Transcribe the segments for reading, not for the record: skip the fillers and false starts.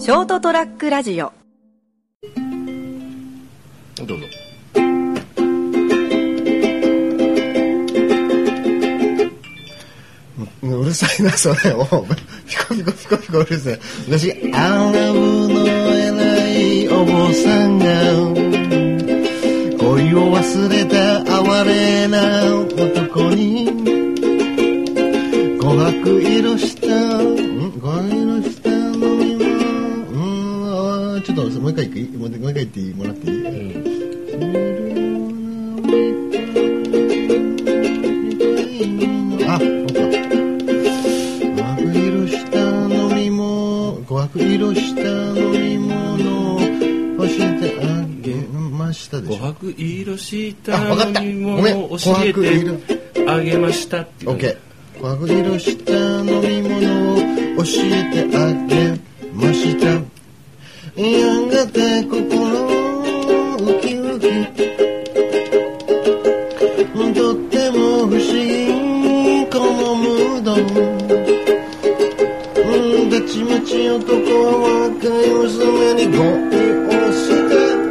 ショートトラックラジオ。 どうぞ。 うるさいなそれ。もうピコピコピコピコうるさい。私アラブの偉いお坊さんが恋を忘れた哀れな男に琥珀色した飲み物。ちょっともう一回言ってもらっていい？あ、そうか。琥珀色した飲み物を教えてあげましたでしょ。 琥珀色した飲み物を教えてあげましたっていう。 オッケー。琥珀色した飲み物を教えてあげました。やがて心ウキウキ、とっても不思議このムード。たちまち男は若い娘に恋をして。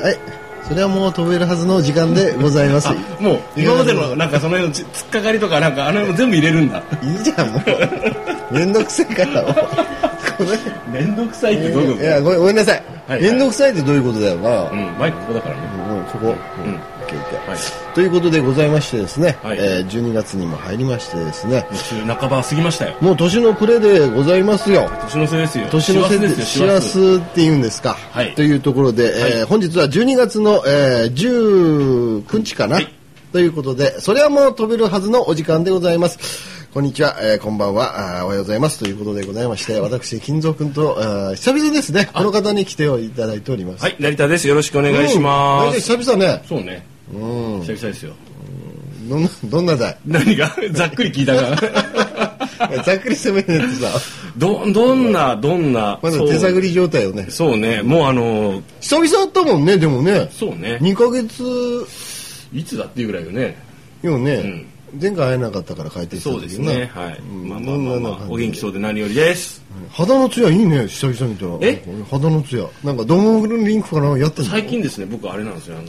はい、それはもう飛べるはずの時間でございます。 もう今までのなんかその辺の突っかかりとかなんかあの全部入れるんだ。 いいじゃんもう。めんどくさいからもう。 めんどくさいってどういうこと？ いやごめんなさい。 はい、 めんどくさいってどういうことだよな。 マイクここだからね。 そこ。ということでございましてですね、 はい、 12月にも入りましてですね、 週半ば過ぎましたよ。 もう年の暮れでございますよ。 年の瀬ですよ。 年の瀬ですよ。師走って言うんですか、 はい、 というところで、本日は12月の、19日かな、はい、ということで、それはもう飛べるはずのお時間でございます。こんにちは、こんばんは、おはようございますということでございまして、私金蔵君と久々ですね、この方に来ていただいております。 はい、成田です。よろしくお願いします。 久々ね。 そうね。久々ですよ。 どんなだい？何がざっくり聞いたがざっくり攻めるってさ、 どんなまだ手探り状態よね。 そうね、もう久々あったもんね。でもね、 そうね、 2ヶ月いつだっていうぐらいよね。 よね、前回会えなかったから帰ってきた時に。 そうですね、はい、まあお元気そうで何よりです。 肌のツヤいいね、久々見たら。肌のツヤなんかドームリンクかなやってんの？ 最近ですね、僕あれなんですよ、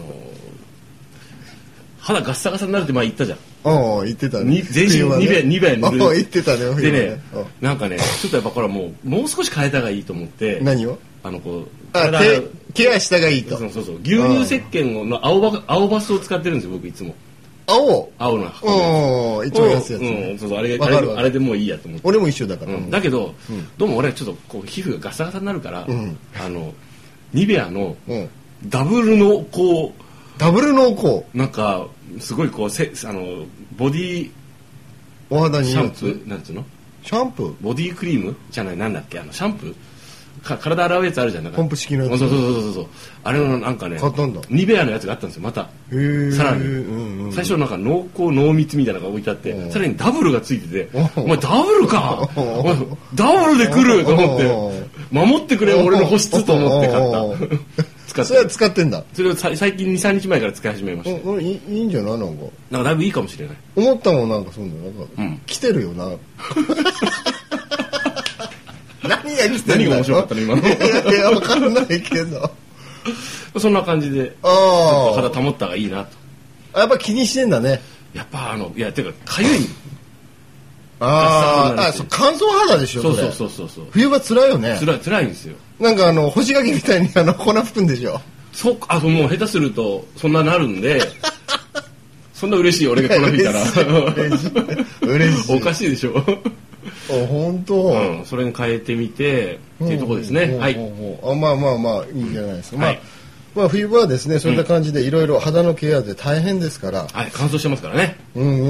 肌ガッサガサになるって前言ったじゃん。 ああ、言ってたね。 全身ニベア塗る。 言ってたね。 でね、なんかね、ちょっとやっぱこれはもう少し変えた方がいいと思って。 何を？ケアしたがいいと。 そう。牛乳石鹸の青バスを使ってるんですよ、僕いつも。青の箱。 一番安いやつ。 そう、あれでもういいやと思って。 俺も一緒だから。 だけど、どうも俺ちょっとこう皮膚がガサガサになるから、ニベアのダブル濃厚なんかすごいこうボディお肌にシャンプーなんつうの？ シャンプー？ ボディクリームじゃない、なんだっけ、シャンプー？体洗うやつあるじゃん。 ポンプ式のやつ。 そう。あれのなんかね、ニベアのやつがあったんですよ、また。さらに。最初なんか濃厚濃密みたいなのが置いてあって、さらにダブルがついてて、お前ダブルかダブルで来ると思って、守ってくれよ俺の保湿と思って買った。 それは使ってんだ。 それを最近 2,3 日前から使い始めました。 いいんじゃない？なんかだいぶいいかもしれない。 思ったもん、なんかそういうのなんか来てるよな。 何が面白かったの今の。 いや分かんないけど。 そんな感じで肌保った方がいいなと。 やっぱ気にしてんだね。 やっぱいやていうかかゆい。 そう乾燥肌でしょ。 そう。 冬場辛いよね。 辛いんですよ。 なんか干し柿みたいに粉吹くんでしょ。 そうか、もう下手するとそんななるんで。そんな嬉しい俺が粉吹いたら。嬉しい。おかしいでしょ。 本当。 それに変えてみてっていうところですね。はい。 まあいいじゃないですか。まあ冬場はですね、そういった感じでいろいろ肌のケアで大変ですから。 はい、乾燥してますからね。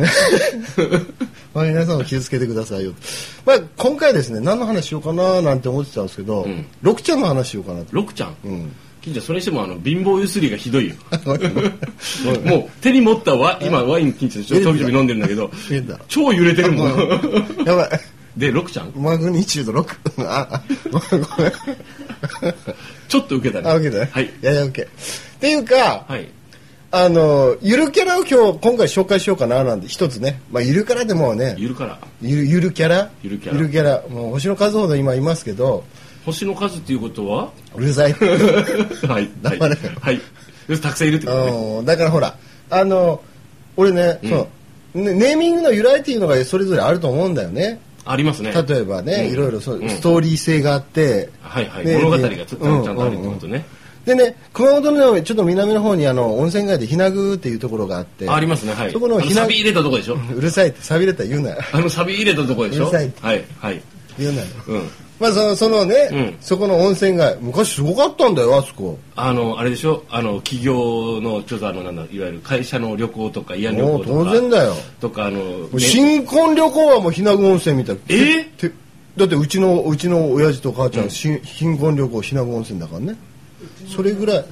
まあ皆さんも気をつけてくださいよ。まあ今回ですね、何の話しようかななんて思ってたんですけど、ロクちゃんの話しようかなと。 ロクちゃん。金ちゃんそれにしても貧乏ゆすりがひどいよ。もう手に持った今ワイン金ちゃんちょっと飛び飛び飲んでるんだけど、超揺れてるもん。 やばい。 でロクちゃんマグニチュード6。ごめん。 ちょっと受けたね。 受けたね。 はい。 いや受け。っていうか、 はい。 ゆるキャラを今回紹介しようかななんて一つね。まあ、ゆるキャラでもね。 ゆるキャラ。 ゆるキャラ。ゆるキャラ。もう星の数ほど今いますけど。 星の数っていうことはうるさい。 はい。はい。たくさんいるってことね。 だからほら、俺ね、ネーミングの由来っていうのがそれぞれあると思うんだよね。 ありますね。 例えばね、いろいろストーリー性があって、 はいはい。物語がちゃんとあるってことね。 でね、熊本のちょっと南の方に温泉街でひなぐっていうところがあって。 ありますね、はい。 そこのサビ入れたとこでしょ。 うるさいって、サビ入れたら言うなよ。 サビ入れたとこでしょ。 うるさいって。 はい、はい。 言うなよ。まあそのね、そこの温泉街、昔すごかったんだよ、あそこ。 あれでしょ、企業のちょっといわゆる会社の旅行とか、慰安旅行とか。 当然だよ。 とか新婚旅行はもうひなぐ温泉みたいな。だってうちの親父と母ちゃん、新婚旅行ひなぐ温泉だからね。それぐらい。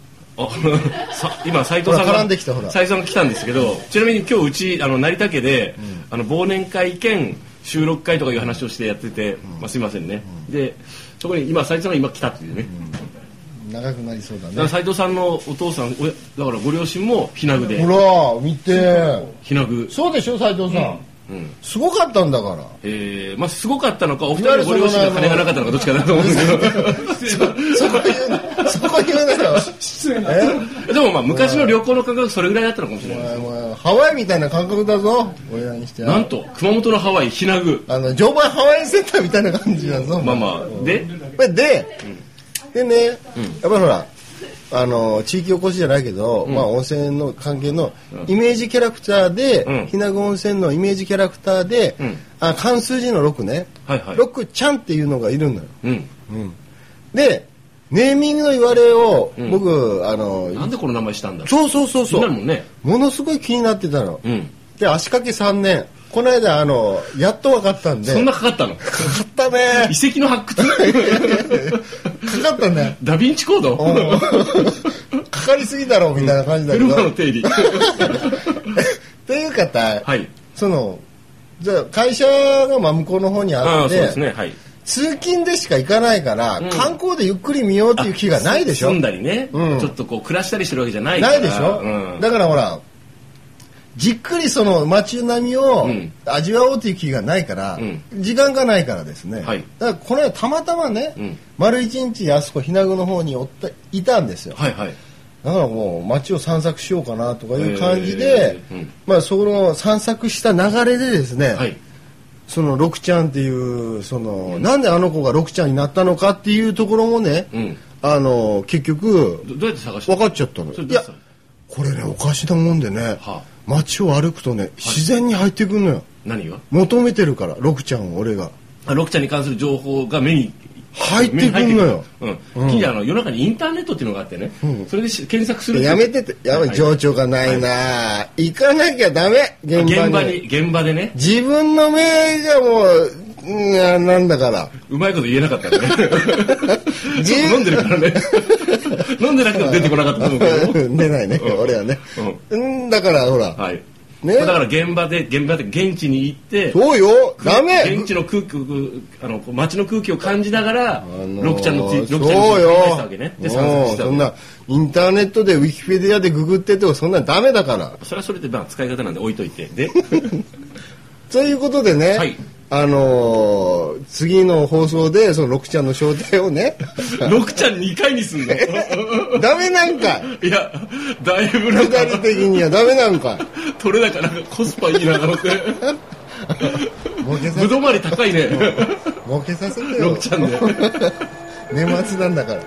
今斉藤さん絡んできたほら。 斉藤さん来たんですけど、ちなみに今日うち成田家で忘年会兼収録会とかいう話をしてやってて、すいませんね。でそこに今斉藤さんが今来たっていうね。 長くなりそうだね。 だから斉藤さんのお父さんだからご両親もひなぐで。 ほら見て。 ひなぐ。 そうでしょ斉藤さん。すごかったんだから。 まあすごかったのかお二人のご両親が金がなかったのかどっちかなと思うんですけど。 そこ言うなよ。 失礼な。でもまあ昔の旅行の感覚それぐらいだったのかもしれない。 ハワイみたいな感覚だぞ。俺らにしては。 なんと熊本のハワイひなぐ。 常磐ハワイセンターみたいな感じだぞ。 まあまあでね、やっぱりほら。地域おこしじゃないけど、まあ温泉の関係のイメージキャラクターで、ひなぐ温泉のイメージキャラクターで、漢数字の6ね、6ちゃんっていうのがいるのよ。で、ネーミングの言われを、僕、 なんでこの名前したんだろう。 そう。ものすごい気になってたの。で、足掛け3年。この間、やっと分かったんで。 そんなかかったの？ かかったね。 遺跡の発掘かかったね。 ダヴィンチコードかかりすぎだろうみたいな感じだけど。 車の定理。 っていう方、じゃあ会社が向こうの方にあって、通勤でしか行かないから、観光でゆっくり見ようっていう気がないでしょ。 住んだりね、ちょっとこう暮らしたりしてるわけじゃないから。 ないでしょ。だからほら、じっくりその街並みを味わおうという気がないから、時間がないからですね。だからこれはたまたまね、丸一日あそこひなぐの方にいたんですよ。だからもう街を散策しようかなとかいう感じで、まあその散策した流れでですね、その六ちゃんっていうなんであの子が六ちゃんになったのかっていうところもね、結局どうやって探して分かっちゃったの。いやこれねおかしなもんでね。街を歩くとね自然に入ってくるのよ。 何が？ 求めてるから六ちゃんを俺が。 六ちゃんに関する情報が目に入ってくるのよ。 近所世の中にインターネットっていうのがあってね。それで検索する。 やめてて、情緒がないな。行かなきゃダメ。現場でね。 自分の目がもうなんだから。 うまいこと言えなかったね。飲んでるからね。飲んでなくても出てこなかったと思うけど。 出ないね、俺はね。だからほら。 だから現場で現地に行って。 そうよ、ダメ。 現地の空気、街の空気を感じながら、六ちゃんのそうよ。そんなインターネットでウィキペディアでググっててもそんなダメだから。 それはそれで使い方なんで置いといて。で。 ということでね。次の放送でその六ちゃんの正体をね。 六ちゃん2回にすんの？ ダメなんかい。いや、だいぶなんか。 下り的にはダメなんかい。 取れ高なんかコスパいいなと思って。ぶどまり高いね。 儲けさせてよ。 六ちゃんで。 年末なんだから。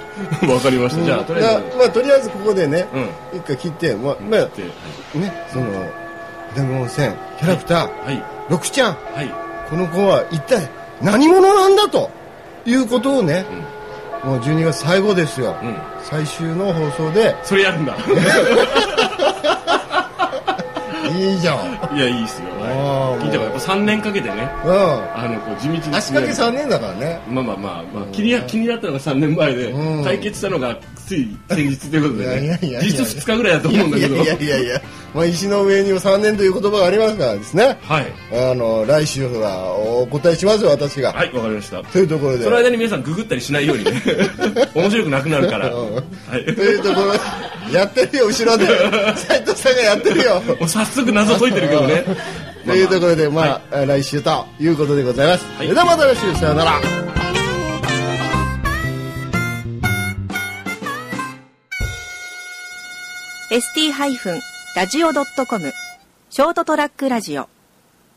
わかりました。じゃあとりあえず。 とりあえずここでね、一回切って、ね、そのひなぐ温泉キャラクター六ちゃん。この子は一体何者なんだということをね、もう12月最後ですよ、最終の放送でそれやるんだ。 いいじゃん。 いやいいっすよ。聞いたからやっぱ3年かけてね、こう地道に足掛け3年だからね。 まあ気になったのが3年前で、解決したのがつい先日ということでね、実質2日ぐらいだと思うんだけど。 いや、石の上にも3年という言葉がありますからですね。来週はお答えしますよ、私が。 はい、わかりました。 というところで、 その間に皆さんググったりしないようにね。面白くなくなるから。 というところで。 やってるよ後ろで斉藤さんがやってるよ。 もう早速謎解いてるけどね。 というところで来週ということでございます。それではまた来週、さよなら。 ST-radio.com ショートトラックラジオ